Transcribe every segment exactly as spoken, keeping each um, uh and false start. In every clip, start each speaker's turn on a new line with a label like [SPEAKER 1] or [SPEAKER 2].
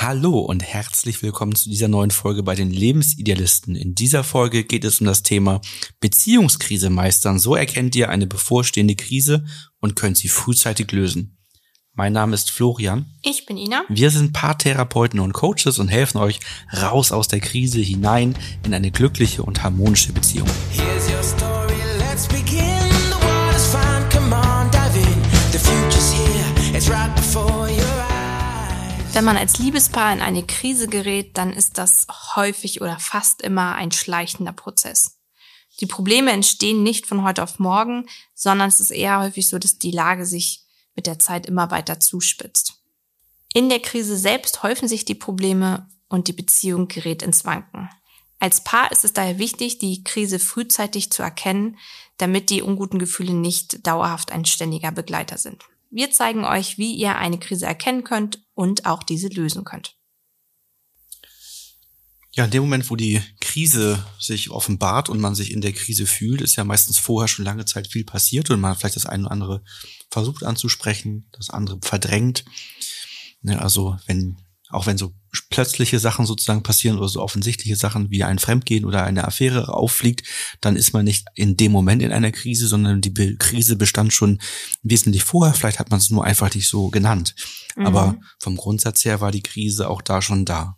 [SPEAKER 1] Hallo und herzlich willkommen zu dieser neuen Folge bei den Lebensidealisten. In dieser Folge geht es um das Thema Beziehungskrise meistern. So erkennt ihr eine bevorstehende Krise und könnt sie frühzeitig lösen. Mein Name ist Florian.
[SPEAKER 2] Ich bin Ina.
[SPEAKER 1] Wir sind Paartherapeuten und Coaches und helfen euch raus aus der Krise hinein in eine glückliche und harmonische Beziehung.
[SPEAKER 3] Here's your story, let's begin. The world is fine, come on, dive in. The future's here, it's right before your eyes.
[SPEAKER 2] Wenn man als Liebespaar in eine Krise gerät, dann ist das häufig oder fast immer ein schleichender Prozess. Die Probleme entstehen nicht von heute auf morgen, sondern es ist eher häufig so, dass die Lage sich mit der Zeit immer weiter zuspitzt. In der Krise selbst häufen sich die Probleme und die Beziehung gerät ins Wanken. Als Paar ist es daher wichtig, die Krise frühzeitig zu erkennen, damit die unguten Gefühle nicht dauerhaft ein ständiger Begleiter sind. Wir zeigen euch, wie ihr eine Krise erkennen könnt und auch diese lösen könnt.
[SPEAKER 1] Ja, in dem Moment, wo die Krise sich offenbart und man sich in der Krise fühlt, ist ja meistens vorher schon lange Zeit viel passiert und man hat vielleicht das eine oder andere versucht anzusprechen, das andere verdrängt. Ne, also wenn, auch wenn so plötzliche Sachen sozusagen passieren oder so offensichtliche Sachen wie ein Fremdgehen oder eine Affäre auffliegt, dann ist man nicht in dem Moment in einer Krise, sondern die Be- Krise bestand schon wesentlich vorher. Vielleicht hat man es nur einfach nicht so genannt. Mhm. Aber vom Grundsatz her war die Krise auch da schon da.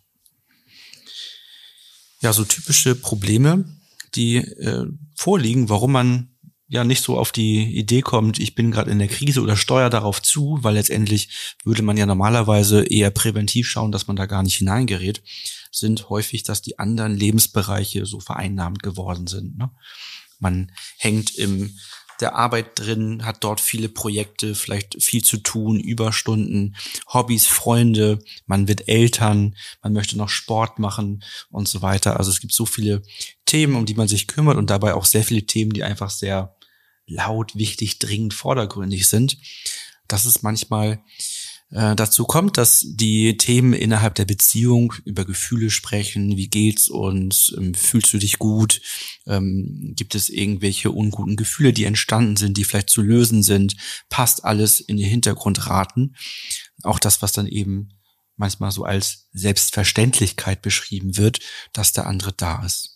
[SPEAKER 1] Ja, so typische Probleme, die äh, vorliegen, warum man ja nicht so auf die Idee kommt, ich bin gerade in der Krise oder steuere darauf zu, weil letztendlich würde man ja normalerweise eher präventiv schauen, dass man da gar nicht hineingerät, sind häufig, dass die anderen Lebensbereiche so vereinnahmt geworden sind. Ne? Man hängt im der Arbeit drin, hat dort viele Projekte, vielleicht viel zu tun, Überstunden, Hobbys, Freunde, man wird Eltern, man möchte noch Sport machen und so weiter. Also es gibt so viele Themen, um die man sich kümmert und dabei auch sehr viele Themen, die einfach sehr laut, wichtig, dringend, vordergründig sind. Dass es manchmal äh, dazu kommt, dass die Themen innerhalb der Beziehung über Gefühle sprechen, wie geht's uns, ähm, fühlst du dich gut, ähm, gibt es irgendwelche unguten Gefühle, die entstanden sind, die vielleicht zu lösen sind, passt alles in den Hintergrund raten. Auch das, was dann eben manchmal so als Selbstverständlichkeit beschrieben wird, dass der andere da ist.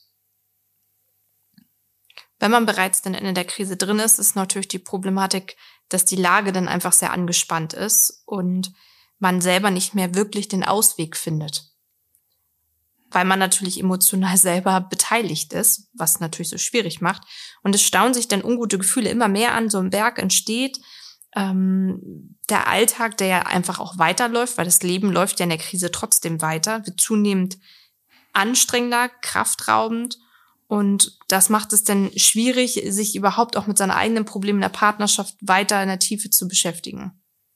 [SPEAKER 2] Wenn man bereits dann in der Krise drin ist, ist natürlich die Problematik, dass die Lage dann einfach sehr angespannt ist und man selber nicht mehr wirklich den Ausweg findet. Weil man natürlich emotional selber beteiligt ist, was natürlich so schwierig macht. Und es stauen sich dann ungute Gefühle immer mehr an, so ein Berg entsteht. Ähm, der Alltag, der ja einfach auch weiterläuft, weil das Leben läuft ja in der Krise trotzdem weiter, wird zunehmend anstrengender, kraftraubend. Und das macht es dann schwierig, sich überhaupt auch mit seinen eigenen Problemen in der Partnerschaft weiter in der Tiefe zu beschäftigen.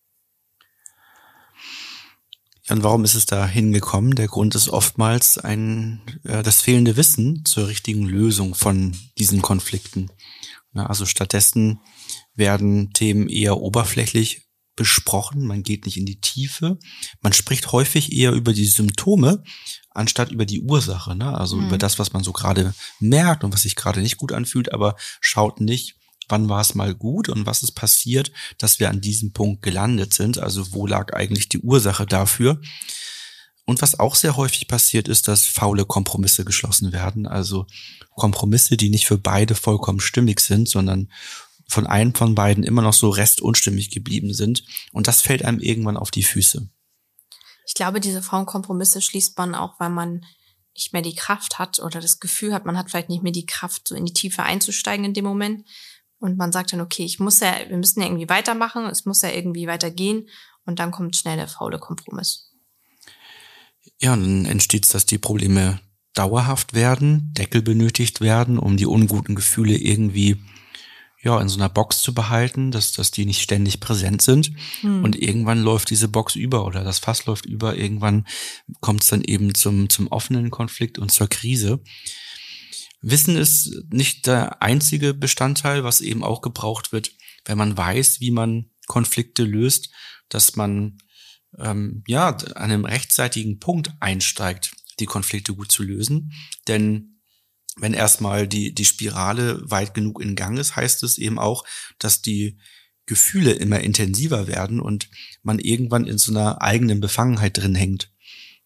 [SPEAKER 1] Ja, und warum ist es da hingekommen? Der Grund ist oftmals ein äh, das fehlende Wissen zur richtigen Lösung von diesen Konflikten. Na, also stattdessen werden Themen eher oberflächlich besprochen, man geht nicht in die Tiefe, man spricht häufig eher über die Symptome, anstatt über die Ursache, ne? Also mhm. über das, was man so gerade merkt und was sich gerade nicht gut anfühlt, aber schaut nicht, wann war es mal gut und was ist passiert, dass wir an diesem Punkt gelandet sind, also wo lag eigentlich die Ursache dafür. Und was auch sehr häufig passiert ist, dass faule Kompromisse geschlossen werden, also Kompromisse, die nicht für beide vollkommen stimmig sind, sondern von einem von beiden immer noch so restunstimmig geblieben sind. Und das fällt einem irgendwann auf die Füße.
[SPEAKER 2] Ich glaube, diese Form Kompromisse schließt man auch, weil man nicht mehr die Kraft hat oder das Gefühl hat, man hat vielleicht nicht mehr die Kraft, so in die Tiefe einzusteigen in dem Moment. Und man sagt dann, okay, ich muss ja, wir müssen ja irgendwie weitermachen, es muss ja irgendwie weitergehen. Und dann kommt schnell der faule Kompromiss.
[SPEAKER 1] Ja, und dann entsteht es, dass die Probleme dauerhaft werden, Deckel benötigt werden, um die unguten Gefühle irgendwie ja in so einer Box zu behalten, dass dass die nicht ständig präsent sind. Hm. Und irgendwann läuft diese Box über oder das Fass läuft über. Irgendwann kommt es dann eben zum zum offenen Konflikt und zur Krise. Wissen ist nicht der einzige Bestandteil, was eben auch gebraucht wird, wenn man weiß, wie man Konflikte löst, dass man ähm, ja an einem rechtzeitigen Punkt einsteigt, die Konflikte gut zu lösen. Denn wenn erstmal die die Spirale weit genug in Gang ist, heißt es eben auch, dass die Gefühle immer intensiver werden und man irgendwann in so einer eigenen Befangenheit drin hängt.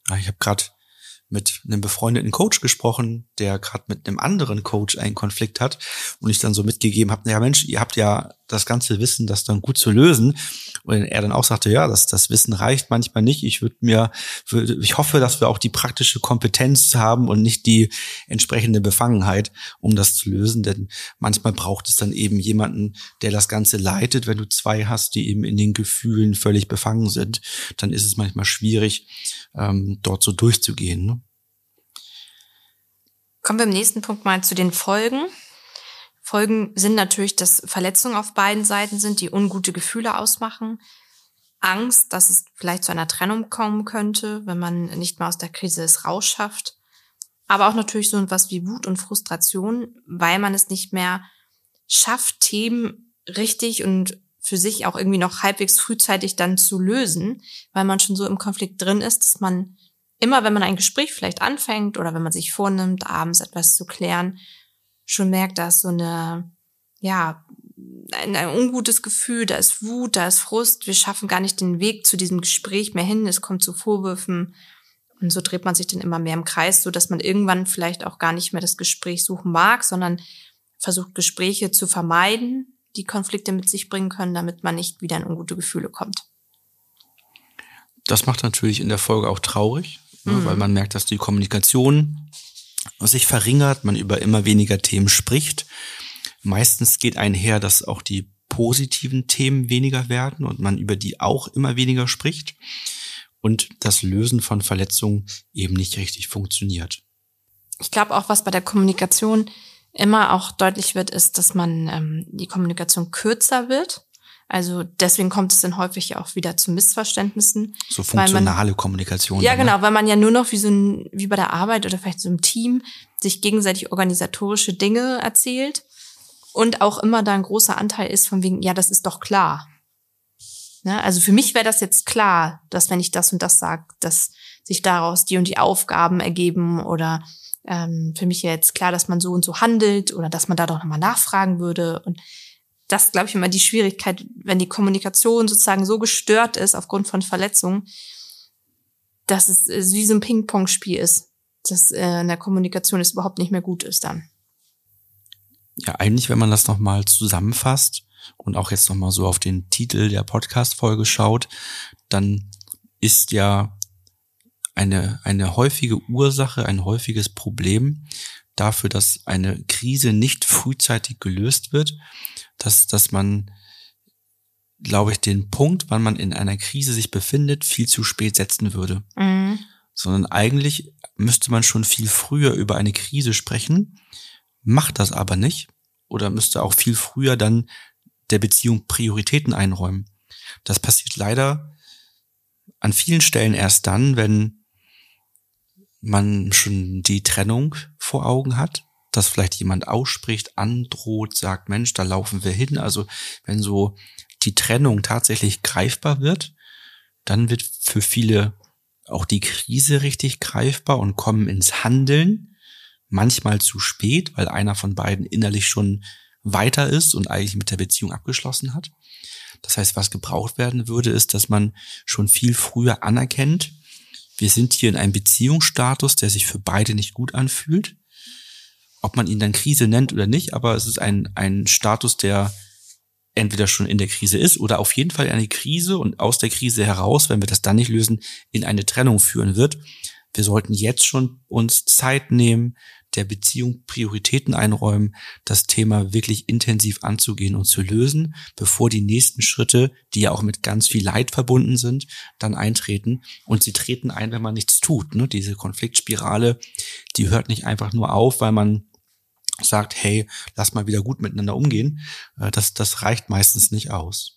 [SPEAKER 1] Ich habe gerade mit einem befreundeten Coach gesprochen, der gerade mit einem anderen Coach einen Konflikt hat und ich dann so mitgegeben habe, naja Mensch, ihr habt ja das ganze Wissen, das dann gut zu lösen. Und er dann auch sagte, ja, das, das Wissen reicht manchmal nicht. Ich würde mir, würd, ich hoffe, dass wir auch die praktische Kompetenz haben und nicht die entsprechende Befangenheit, um das zu lösen. Denn manchmal braucht es dann eben jemanden, der das Ganze leitet. Wenn du zwei hast, die eben in den Gefühlen völlig befangen sind, dann ist es manchmal schwierig, ähm, dort so durchzugehen. Ne?
[SPEAKER 2] Kommen wir im nächsten Punkt mal zu den Folgen. Folgen sind natürlich, dass Verletzungen auf beiden Seiten sind, die ungute Gefühle ausmachen. Angst, dass es vielleicht zu einer Trennung kommen könnte, wenn man nicht mehr aus der Krise es rausschafft. Aber auch natürlich so etwas wie Wut und Frustration, weil man es nicht mehr schafft, Themen richtig und für sich auch irgendwie noch halbwegs frühzeitig dann zu lösen, weil man schon so im Konflikt drin ist, dass man immer, wenn man ein Gespräch vielleicht anfängt oder wenn man sich vornimmt, abends etwas zu klären, schon merkt, da ist so eine, ja, ein, ein ungutes Gefühl, da ist Wut, da ist Frust, wir schaffen gar nicht den Weg zu diesem Gespräch mehr hin, es kommt zu Vorwürfen und so dreht man sich dann immer mehr im Kreis, so dass man irgendwann vielleicht auch gar nicht mehr das Gespräch suchen mag, sondern versucht Gespräche zu vermeiden, die Konflikte mit sich bringen können, damit man nicht wieder in ungute Gefühle kommt.
[SPEAKER 1] Das macht natürlich in der Folge auch traurig, mhm. ne, weil man merkt, dass die Kommunikation sich verringert, man über immer weniger Themen spricht. Meistens geht einher, dass auch die positiven Themen weniger werden und man über die auch immer weniger spricht und das Lösen von Verletzungen eben nicht richtig funktioniert.
[SPEAKER 2] Ich glaube auch, was bei der Kommunikation immer auch deutlich wird, ist, dass man ähm, die Kommunikation kürzer wird. Also deswegen kommt es dann häufig auch wieder zu Missverständnissen.
[SPEAKER 1] So funktionale
[SPEAKER 2] man,
[SPEAKER 1] Kommunikation.
[SPEAKER 2] Ja,
[SPEAKER 1] dann,
[SPEAKER 2] genau,
[SPEAKER 1] ne?
[SPEAKER 2] weil man ja nur noch wie so ein, wie bei der Arbeit oder vielleicht so im Team sich gegenseitig organisatorische Dinge erzählt und auch immer da ein großer Anteil ist von wegen, ja, das ist doch klar. Ne? Also für mich wäre das jetzt klar, dass wenn ich das und das sage, dass sich daraus die und die Aufgaben ergeben oder ähm, für mich ja jetzt klar, dass man so und so handelt oder dass man da doch nochmal nachfragen würde und das ist, glaube ich, immer die Schwierigkeit, wenn die Kommunikation sozusagen so gestört ist aufgrund von Verletzungen, dass es wie so ein Ping-Pong-Spiel ist, dass äh, in der Kommunikation es überhaupt nicht mehr gut ist dann.
[SPEAKER 1] Ja, eigentlich, wenn man das nochmal zusammenfasst und auch jetzt nochmal so auf den Titel der Podcast-Folge schaut, dann ist ja eine, eine häufige Ursache, ein häufiges Problem dafür, dass eine Krise nicht frühzeitig gelöst wird, dass, dass man, glaube ich, den Punkt, wann man in einer Krise sich befindet, viel zu spät setzen würde. Mhm. Sondern eigentlich müsste man schon viel früher über eine Krise sprechen, macht das aber nicht oder müsste auch viel früher dann der Beziehung Prioritäten einräumen. Das passiert leider an vielen Stellen erst dann, wenn man schon die Trennung vor Augen hat, dass vielleicht jemand ausspricht, androht, sagt, Mensch, da laufen wir hin. Also wenn so die Trennung tatsächlich greifbar wird, dann wird für viele auch die Krise richtig greifbar und kommen ins Handeln. Manchmal zu spät, weil einer von beiden innerlich schon weiter ist und eigentlich mit der Beziehung abgeschlossen hat. Das heißt, was gebraucht werden würde, ist, dass man schon viel früher anerkennt, wir sind hier in einem Beziehungsstatus, der sich für beide nicht gut anfühlt. Ob man ihn dann Krise nennt oder nicht, aber es ist ein, ein Status, der entweder schon in der Krise ist oder auf jeden Fall eine Krise und aus der Krise heraus, wenn wir das dann nicht lösen, in eine Trennung führen wird. Wir sollten jetzt schon uns Zeit nehmen, der Beziehung Prioritäten einräumen, das Thema wirklich intensiv anzugehen und zu lösen, bevor die nächsten Schritte, die ja auch mit ganz viel Leid verbunden sind, dann eintreten. Und sie treten ein, wenn man nichts tut. Ne? Diese Konfliktspirale, die hört nicht einfach nur auf, weil man sagt, hey, lass mal wieder gut miteinander umgehen. Das, das reicht meistens nicht aus.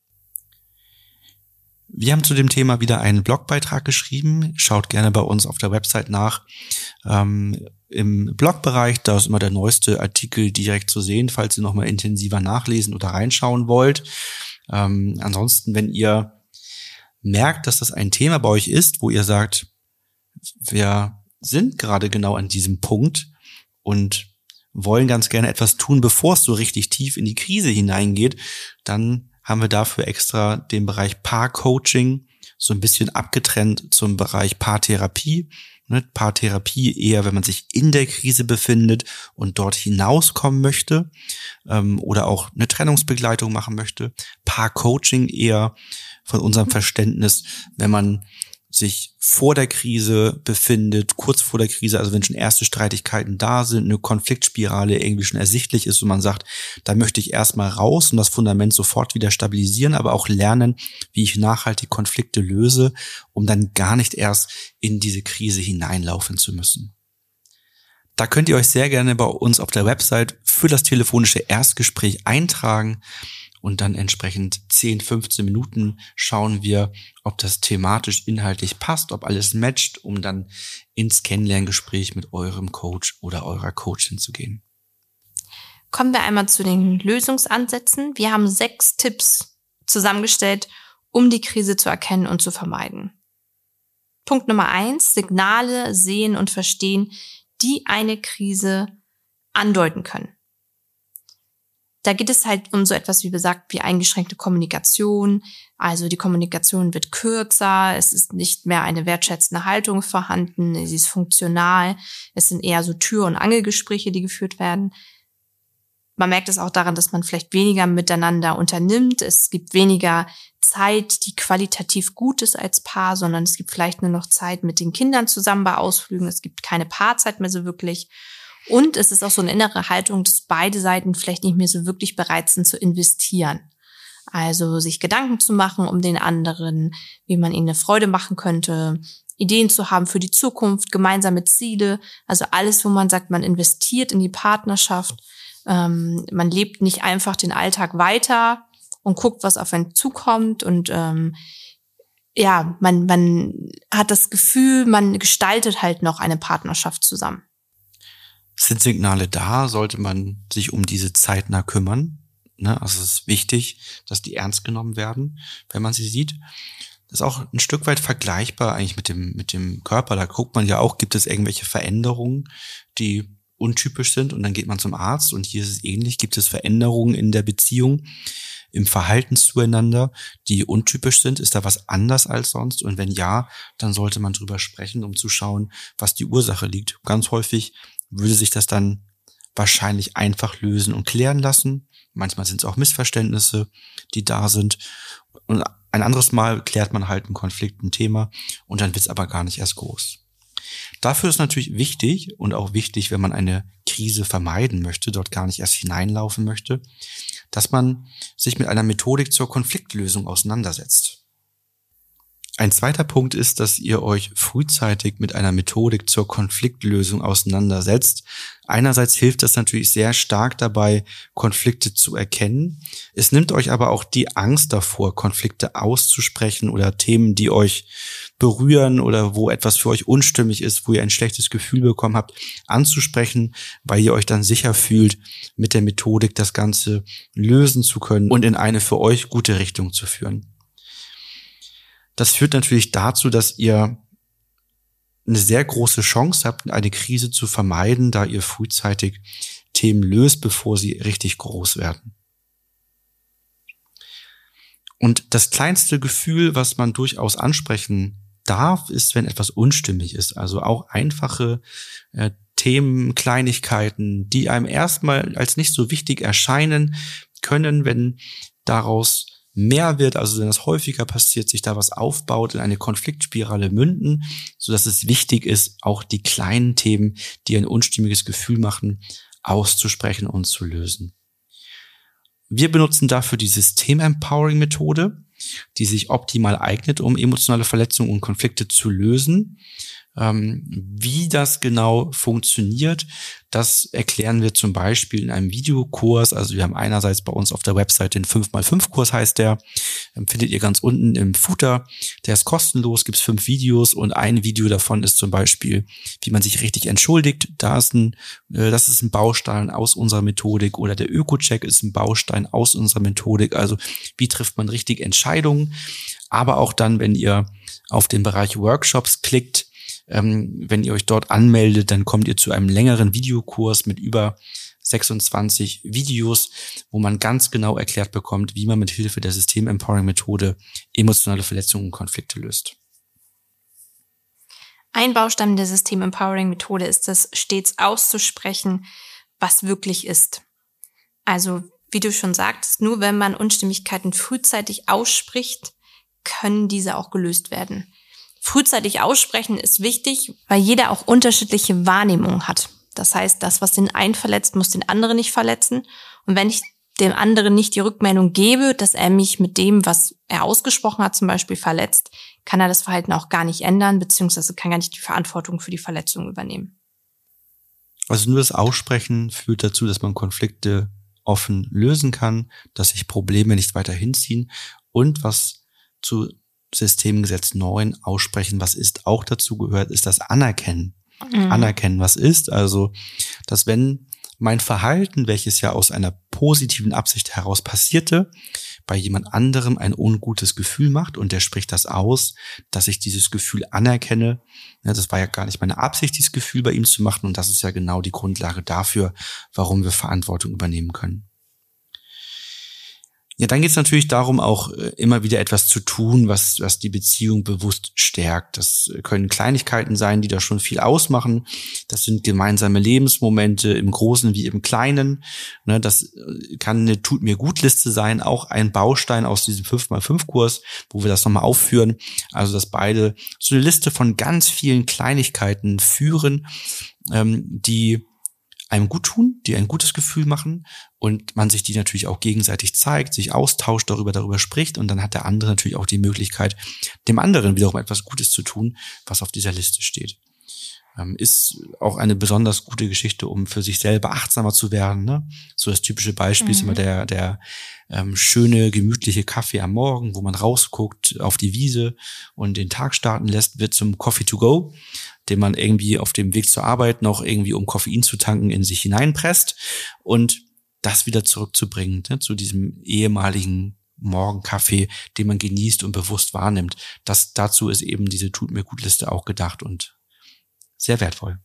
[SPEAKER 1] Wir haben zu dem Thema wieder einen Blogbeitrag geschrieben. Schaut gerne bei uns auf der Website nach. Ähm, im Blogbereich, da ist immer der neueste Artikel direkt zu sehen, falls ihr nochmal intensiver nachlesen oder reinschauen wollt. Ähm, ansonsten, wenn ihr merkt, dass das ein Thema bei euch ist, wo ihr sagt, wir sind gerade genau an diesem Punkt und wollen ganz gerne etwas tun, bevor es so richtig tief in die Krise hineingeht, dann haben wir dafür extra den Bereich Paar-Coaching so ein bisschen abgetrennt zum Bereich Paartherapie. Ne, Paartherapie eher, wenn man sich in der Krise befindet und dort hinauskommen möchte, ähm, oder auch eine Trennungsbegleitung machen möchte. Paarcoaching eher von unserem Verständnis, wenn man sich vor der Krise befindet, kurz vor der Krise, also wenn schon erste Streitigkeiten da sind, eine Konfliktspirale irgendwie schon ersichtlich ist und man sagt, da möchte ich erstmal raus und das Fundament sofort wieder stabilisieren, aber auch lernen, wie ich nachhaltig Konflikte löse, um dann gar nicht erst in diese Krise hineinlaufen zu müssen. Da könnt ihr euch sehr gerne bei uns auf der Website für das telefonische Erstgespräch eintragen. Und dann entsprechend zehn, fünfzehn Minuten schauen wir, ob das thematisch inhaltlich passt, ob alles matcht, um dann ins Kennenlerngespräch mit eurem Coach oder eurer Coachin zu gehen.
[SPEAKER 2] Kommen wir einmal zu den Lösungsansätzen. Wir haben sechs Tipps zusammengestellt, um die Krise zu erkennen und zu vermeiden. Punkt Nummer eins, Signale sehen und verstehen, die eine Krise andeuten können. Da geht es halt um so etwas, wie gesagt, wie eingeschränkte Kommunikation. Also die Kommunikation wird kürzer, es ist nicht mehr eine wertschätzende Haltung vorhanden, sie ist funktional. Es sind eher so Tür- und Angelgespräche, die geführt werden. Man merkt es auch daran, dass man vielleicht weniger miteinander unternimmt. Es gibt weniger Zeit, die qualitativ gut ist als Paar, sondern es gibt vielleicht nur noch Zeit mit den Kindern zusammen bei Ausflügen. Es gibt keine Paarzeit mehr so wirklich. Und es ist auch so eine innere Haltung, dass beide Seiten vielleicht nicht mehr so wirklich bereit sind zu investieren. Also sich Gedanken zu machen um den anderen, wie man ihnen eine Freude machen könnte, Ideen zu haben für die Zukunft, gemeinsame Ziele. Also alles, wo man sagt, man investiert in die Partnerschaft. Ähm, man lebt nicht einfach den Alltag weiter und guckt, was auf einen zukommt. Und ähm, ja, man, man hat das Gefühl, man gestaltet halt noch eine Partnerschaft zusammen.
[SPEAKER 1] Sind Signale da, sollte man sich um diese zeitnah kümmern. Ne? Also es ist wichtig, dass die ernst genommen werden, wenn man sie sieht. Das ist auch ein Stück weit vergleichbar eigentlich mit dem, mit dem Körper. Da guckt man ja auch, gibt es irgendwelche Veränderungen, die untypisch sind, und dann geht man zum Arzt, und hier ist es ähnlich. Gibt es Veränderungen in der Beziehung, im Verhalten zueinander, die untypisch sind? Ist da was anders als sonst? Und wenn ja, dann sollte man drüber sprechen, um zu schauen, was die Ursache liegt. Ganz häufig würde sich das dann wahrscheinlich einfach lösen und klären lassen. Manchmal sind es auch Missverständnisse, die da sind. Und ein anderes Mal klärt man halt einen Konflikt, ein Thema, und dann wird es aber gar nicht erst groß. Dafür ist natürlich wichtig, und auch wichtig, wenn man eine Krise vermeiden möchte, dort gar nicht erst hineinlaufen möchte, dass man sich mit einer Methodik zur Konfliktlösung auseinandersetzt. Ein zweiter Punkt ist, dass ihr euch frühzeitig mit einer Methodik zur Konfliktlösung auseinandersetzt. Einerseits hilft das natürlich sehr stark dabei, Konflikte zu erkennen. Es nimmt euch aber auch die Angst davor, Konflikte auszusprechen oder Themen, die euch berühren oder wo etwas für euch unstimmig ist, wo ihr ein schlechtes Gefühl bekommen habt, anzusprechen, weil ihr euch dann sicher fühlt, mit der Methodik das Ganze lösen zu können und in eine für euch gute Richtung zu führen. Das führt natürlich dazu, dass ihr eine sehr große Chance habt, eine Krise zu vermeiden, da ihr frühzeitig Themen löst, bevor sie richtig groß werden. Und das kleinste Gefühl, was man durchaus ansprechen darf, ist, wenn etwas unstimmig ist. Also auch einfache äh, Themen, Kleinigkeiten, die einem erstmal als nicht so wichtig erscheinen können, wenn daraus mehr wird, also wenn das häufiger passiert, sich da was aufbaut, in eine Konfliktspirale münden, so dass es wichtig ist, auch die kleinen Themen, die ein unstimmiges Gefühl machen, auszusprechen und zu lösen. Wir benutzen dafür die System-Empowering-Methode, die sich optimal eignet, um emotionale Verletzungen und Konflikte zu lösen. Ähm, wie das genau funktioniert, das erklären wir zum Beispiel in einem Videokurs. Also wir haben einerseits bei uns auf der Website den fünf mal fünf Kurs, heißt der, ähm, findet ihr ganz unten im Footer. Der ist kostenlos, gibt es fünf Videos, und ein Video davon ist zum Beispiel, wie man sich richtig entschuldigt. Da ist ein, äh, das ist ein Baustein aus unserer Methodik, oder der Öko-Check ist ein Baustein aus unserer Methodik. Also wie trifft man richtig Entscheidungen? Aber auch dann, wenn ihr auf den Bereich Workshops klickt, Ähm, wenn ihr euch dort anmeldet, dann kommt ihr zu einem längeren Videokurs mit über sechsundzwanzig Videos, wo man ganz genau erklärt bekommt, wie man mit Hilfe der System-Empowering-Methode emotionale Verletzungen und Konflikte löst.
[SPEAKER 2] Ein Baustein der System-Empowering-Methode ist es, stets auszusprechen, was wirklich ist. Also, wie du schon sagtest, nur wenn man Unstimmigkeiten frühzeitig ausspricht, können diese auch gelöst werden. Frühzeitig aussprechen ist wichtig, weil jeder auch unterschiedliche Wahrnehmungen hat. Das heißt, das, was den einen verletzt, muss den anderen nicht verletzen. Und wenn ich dem anderen nicht die Rückmeldung gebe, dass er mich mit dem, was er ausgesprochen hat, zum Beispiel verletzt, kann er das Verhalten auch gar nicht ändern, beziehungsweise kann gar nicht die Verantwortung für die Verletzung übernehmen.
[SPEAKER 1] Also nur das Aussprechen führt dazu, dass man Konflikte offen lösen kann, dass sich Probleme nicht weiter hinziehen und was zu Systemgesetz neun aussprechen, was ist, auch dazu gehört, ist das Anerkennen. Mhm. Anerkennen, was ist. Also, dass wenn mein Verhalten, welches ja aus einer positiven Absicht heraus passierte, bei jemand anderem ein ungutes Gefühl macht und der spricht das aus, dass ich dieses Gefühl anerkenne. Ja, das war ja gar nicht meine Absicht, dieses Gefühl bei ihm zu machen und das ist ja genau die Grundlage dafür, warum wir Verantwortung übernehmen können. Ja, dann geht es natürlich darum, auch immer wieder etwas zu tun, was was die Beziehung bewusst stärkt. Das können Kleinigkeiten sein, die da schon viel ausmachen. Das sind gemeinsame Lebensmomente im Großen wie im Kleinen. Das kann eine Tut-mir-gut-Liste sein, auch ein Baustein aus diesem fünf mal fünf Kurs, wo wir das nochmal aufführen. Also, dass beide so eine Liste von ganz vielen Kleinigkeiten führen, die einem gut tun, die ein gutes Gefühl machen und man sich die natürlich auch gegenseitig zeigt, sich austauscht, darüber, darüber spricht und dann hat der andere natürlich auch die Möglichkeit, dem anderen wiederum etwas Gutes zu tun, was auf dieser Liste steht. Ähm, ist auch eine besonders gute Geschichte, um für sich selber achtsamer zu werden, ne? So das typische Beispiel mhm. ist immer der, der ähm, schöne, gemütliche Kaffee am Morgen, wo man rausguckt auf die Wiese und den Tag starten lässt, wird zum Coffee to go, den man irgendwie auf dem Weg zur Arbeit noch irgendwie, um Koffein zu tanken, in sich hineinpresst und das wieder zurückzubringen, ne, zu diesem ehemaligen Morgenkaffee, den man genießt und bewusst wahrnimmt. Das, dazu ist eben diese Tut-mir-gut-Liste auch gedacht und sehr wertvoll.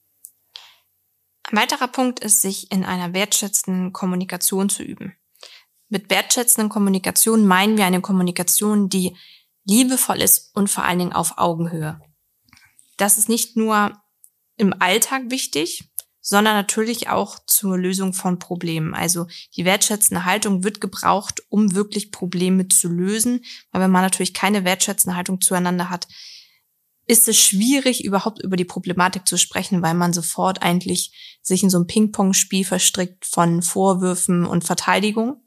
[SPEAKER 2] Ein weiterer Punkt ist, sich in einer wertschätzenden Kommunikation zu üben. Mit wertschätzenden Kommunikation meinen wir eine Kommunikation, die liebevoll ist und vor allen Dingen auf Augenhöhe. Das ist nicht nur im Alltag wichtig, sondern natürlich auch zur Lösung von Problemen. Also die wertschätzende Haltung wird gebraucht, um wirklich Probleme zu lösen. Weil wenn man natürlich keine wertschätzende Haltung zueinander hat, ist es schwierig, überhaupt über die Problematik zu sprechen, weil man sofort eigentlich sich in so ein Ping-Pong-Spiel verstrickt von Vorwürfen und Verteidigung.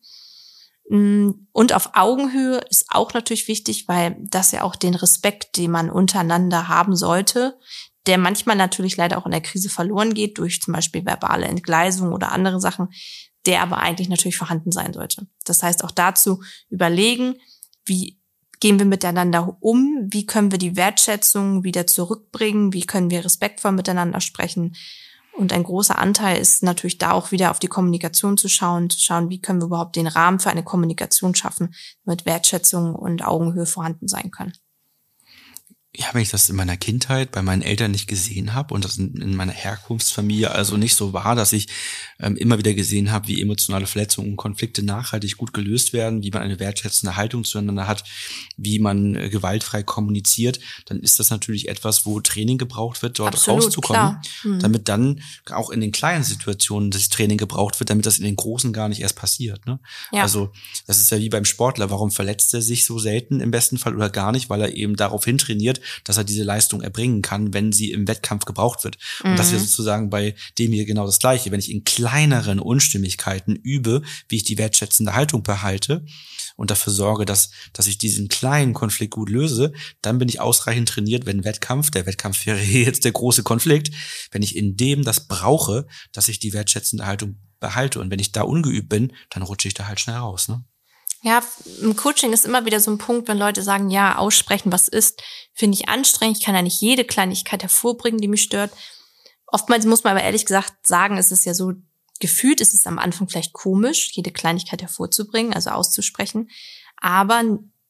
[SPEAKER 2] Und auf Augenhöhe ist auch natürlich wichtig, weil das ja auch den Respekt, den man untereinander haben sollte, der manchmal natürlich leider auch in der Krise verloren geht, durch zum Beispiel verbale Entgleisung oder andere Sachen, der aber eigentlich natürlich vorhanden sein sollte. Das heißt auch dazu überlegen, wie gehen wir miteinander um, wie können wir die Wertschätzung wieder zurückbringen, wie können wir respektvoll miteinander sprechen. Und ein großer Anteil ist natürlich da auch wieder auf die Kommunikation zu schauen, zu schauen, wie können wir überhaupt den Rahmen für eine Kommunikation schaffen, damit Wertschätzung und Augenhöhe vorhanden sein können.
[SPEAKER 1] Ja, wenn ich das in meiner Kindheit bei meinen Eltern nicht gesehen habe und das in meiner Herkunftsfamilie also nicht so war, dass ich ähm, immer wieder gesehen habe, wie emotionale Verletzungen und Konflikte nachhaltig gut gelöst werden, wie man eine wertschätzende Haltung zueinander hat, wie man äh, gewaltfrei kommuniziert, dann ist das natürlich etwas, wo Training gebraucht wird, dort
[SPEAKER 2] Absolut,
[SPEAKER 1] rauszukommen,
[SPEAKER 2] mhm.
[SPEAKER 1] damit dann auch in den kleinen Situationen das Training gebraucht wird, damit das in den großen gar nicht erst passiert. Ne? Ja. Also das ist ja wie beim Sportler, warum verletzt er sich so selten im besten Fall oder gar nicht, weil er eben darauf hintrainiert, dass er diese Leistung erbringen kann, wenn sie im Wettkampf gebraucht wird. Und mhm. das ist ja sozusagen bei dem hier genau das Gleiche. Wenn ich in kleineren Unstimmigkeiten übe, wie ich die wertschätzende Haltung behalte und dafür sorge, dass dass ich diesen kleinen Konflikt gut löse, dann bin ich ausreichend trainiert, wenn Wettkampf, der Wettkampf wäre jetzt der große Konflikt, wenn ich in dem das brauche, dass ich die wertschätzende Haltung behalte. Und wenn ich da ungeübt bin, dann rutsche ich da halt schnell raus, ne?
[SPEAKER 2] Ja, im Coaching ist immer wieder so ein Punkt, wenn Leute sagen, ja, aussprechen, was ist, finde ich anstrengend. Ich kann ja nicht jede Kleinigkeit hervorbringen, die mich stört. Oftmals muss man aber ehrlich gesagt sagen, es ist ja so, gefühlt ist es am Anfang vielleicht komisch, jede Kleinigkeit hervorzubringen, also auszusprechen. Aber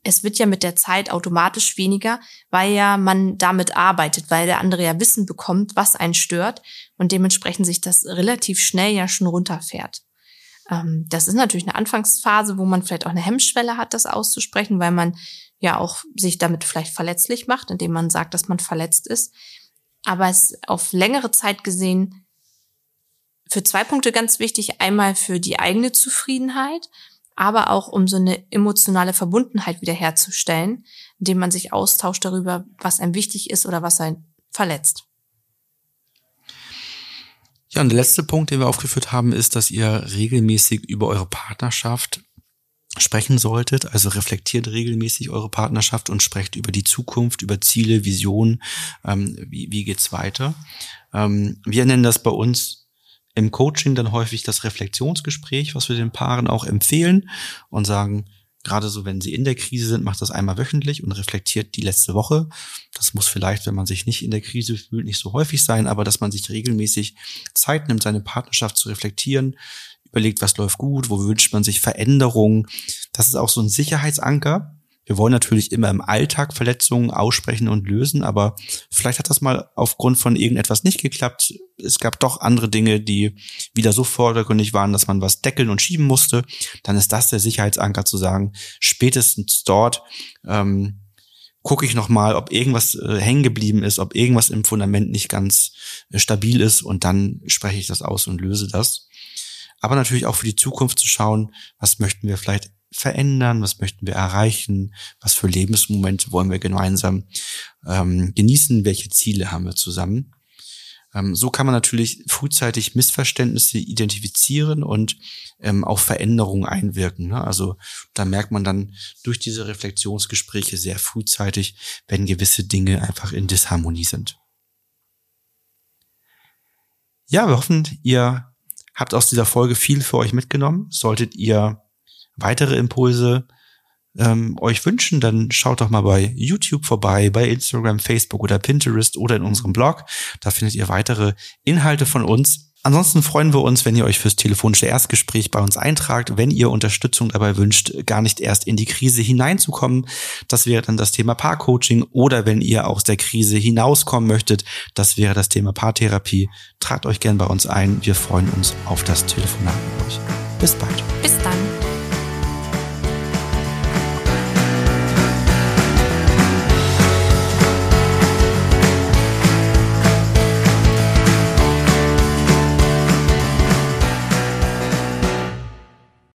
[SPEAKER 2] es wird ja mit der Zeit automatisch weniger, weil ja man damit arbeitet, weil der andere ja Wissen bekommt, was einen stört und dementsprechend sich das relativ schnell ja schon runterfährt. Ähm, das ist natürlich eine Anfangsphase, wo man vielleicht auch eine Hemmschwelle hat, das auszusprechen, weil man ja auch sich damit vielleicht verletzlich macht, indem man sagt, dass man verletzt ist. Aber es ist auf längere Zeit gesehen für zwei Punkte ganz wichtig. Einmal für die eigene Zufriedenheit, aber auch um so eine emotionale Verbundenheit wiederherzustellen, indem man sich austauscht darüber, was einem wichtig ist oder was einen verletzt.
[SPEAKER 1] Ja, und der letzte Punkt, den wir aufgeführt haben, ist, dass ihr regelmäßig über eure Partnerschaft sprechen solltet. Also reflektiert regelmäßig eure Partnerschaft und sprecht über die Zukunft, über Ziele, Visionen, ähm, wie, wie geht's weiter. Ähm, wir nennen das bei uns im Coaching dann häufig das Reflexionsgespräch, was wir den Paaren auch empfehlen und sagen, gerade so, wenn sie in der Krise sind, macht das einmal wöchentlich und reflektiert die letzte Woche. Das muss vielleicht, wenn man sich nicht in der Krise fühlt, nicht so häufig sein, aber dass man sich regelmäßig Zeit nimmt, seine Partnerschaft zu reflektieren, überlegt, was läuft gut, wo wünscht man sich Veränderungen. Das ist auch so ein Sicherheitsanker. Wir wollen natürlich immer im Alltag Verletzungen aussprechen und lösen, aber vielleicht hat das mal aufgrund von irgendetwas nicht geklappt. Es gab doch andere Dinge, die wieder so vordergründig waren, dass man was deckeln und schieben musste. Dann ist das der Sicherheitsanker zu sagen, spätestens dort ähm, gucke ich nochmal, ob irgendwas äh, hängen geblieben ist, ob irgendwas im Fundament nicht ganz äh, stabil ist und dann spreche ich das aus und löse das. Aber natürlich auch für die Zukunft zu schauen, was möchten wir vielleicht verändern, was möchten wir erreichen, was für Lebensmomente wollen wir gemeinsam ähm, genießen, welche Ziele haben wir zusammen. Ähm, so kann man natürlich frühzeitig Missverständnisse identifizieren und ähm, auf Veränderungen einwirken. Ne? Also da merkt man dann durch diese Reflexionsgespräche sehr frühzeitig, wenn gewisse Dinge einfach in Disharmonie sind. Ja, wir hoffen, ihr habt aus dieser Folge viel für euch mitgenommen. Solltet ihr weitere Impulse ähm, euch wünschen, dann schaut doch mal bei YouTube vorbei, bei Instagram, Facebook oder Pinterest oder in unserem Blog. Da findet ihr weitere Inhalte von uns. Ansonsten freuen wir uns, wenn ihr euch fürs telefonische Erstgespräch bei uns eintragt, wenn ihr Unterstützung dabei wünscht, gar nicht erst in die Krise hineinzukommen. Das wäre dann das Thema Paarcoaching, oder wenn ihr aus der Krise hinauskommen möchtet, das wäre das Thema Paartherapie. Tragt euch gern bei uns ein. Wir freuen uns auf das Telefonat mit euch. Bis bald.
[SPEAKER 2] Bis dann.